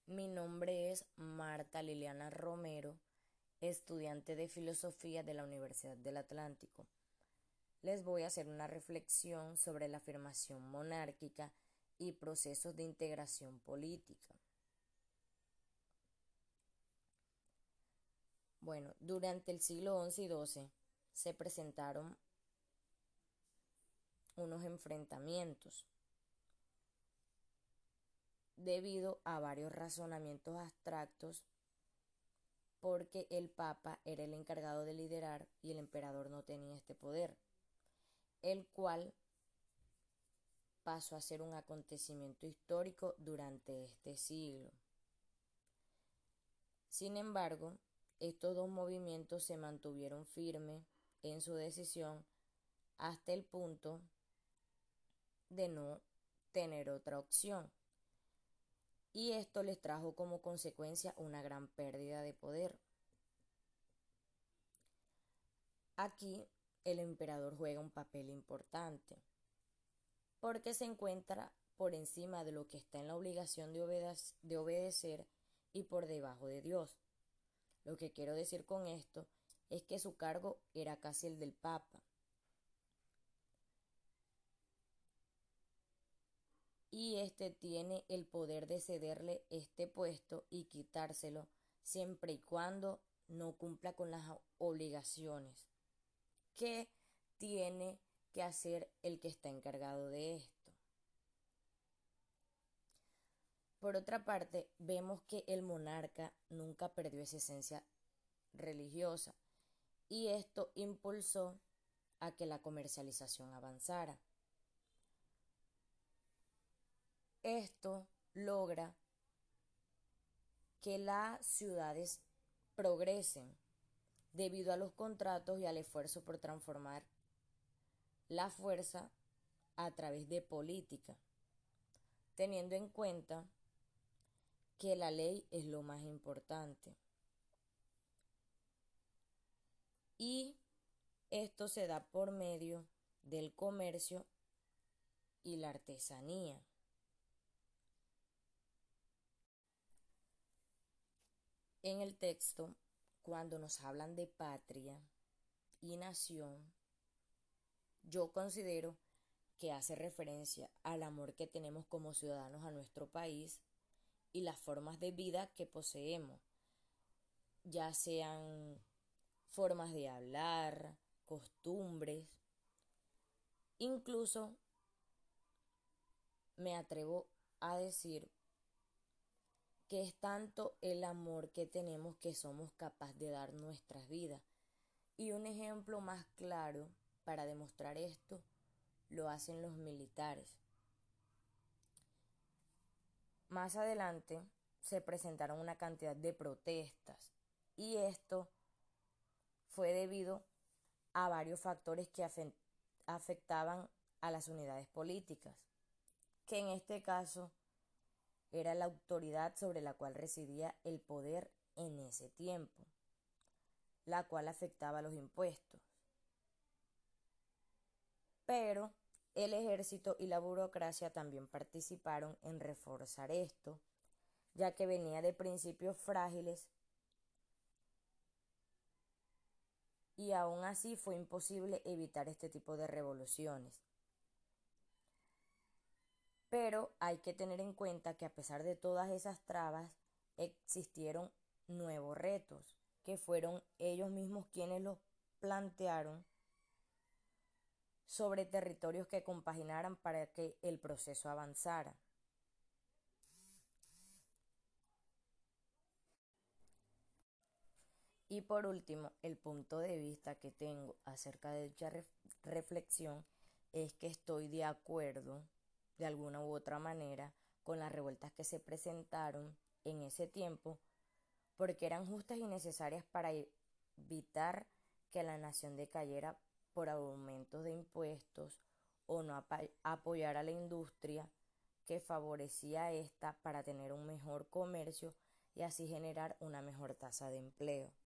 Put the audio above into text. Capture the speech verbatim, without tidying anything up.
Mi nombre es Marta Liliana Romero, estudiante de Filosofía de la Universidad del Atlántico. Les voy a hacer una reflexión sobre la afirmación monárquica y procesos de integración política. Bueno, durante el siglo once y doce se presentaron unos enfrentamientos debido a varios razonamientos abstractos porque el Papa era el encargado de liderar y el emperador no tenía este poder, el cual pasó a ser un acontecimiento histórico durante este siglo. Sin embargo, estos dos movimientos se mantuvieron firmes en su decisión hasta el punto de no tener otra opción, y esto les trajo como consecuencia una gran pérdida de poder. Aquí el emperador juega un papel importante, porque se encuentra por encima de lo que está en la obligación de, obede- de obedecer y por debajo de Dios. Lo que quiero decir con esto es que su cargo era casi el del Papa. Y éste tiene el poder de cederle este puesto y quitárselo siempre y cuando no cumpla con las obligaciones que tiene que hacer el que está encargado de esto. Por otra parte, vemos que el monarca nunca perdió esa esencia religiosa, y esto impulsó a que la comercialización avanzara. Esto logra que las ciudades progresen debido a los contratos y al esfuerzo por transformar la fuerza a través de política, teniendo en cuenta que la ley es lo más importante. Y esto se da por medio del comercio y la artesanía. En el texto, cuando nos hablan de patria y nación, yo considero que hace referencia al amor que tenemos como ciudadanos a nuestro país y las formas de vida que poseemos, ya sean formas de hablar, costumbres. Incluso me atrevo a decir que es tanto el amor que tenemos que somos capaces de dar nuestras vidas. Y un ejemplo más claro para demostrar esto lo hacen los militares. Más adelante se presentaron una cantidad de protestas, y esto fue debido a varios factores que afectaban a las unidades políticas, que en este caso era la autoridad sobre la cual residía el poder en ese tiempo, la cual afectaba los impuestos. Pero el ejército y la burocracia también participaron en reforzar esto, ya que venía de principios frágiles, y aún así fue imposible evitar este tipo de revoluciones. Pero hay que tener en cuenta que a pesar de todas esas trabas, existieron nuevos retos, que fueron ellos mismos quienes los plantearon sobre territorios que compaginaran para que el proceso avanzara. Y por último, el punto de vista que tengo acerca de dicha ref- reflexión es que estoy de acuerdo, de alguna u otra manera, con las revueltas que se presentaron en ese tiempo, porque eran justas y necesarias para evitar que la nación decayera por aumentos de impuestos o no apoyar a la industria que favorecía a esta para tener un mejor comercio y así generar una mejor tasa de empleo.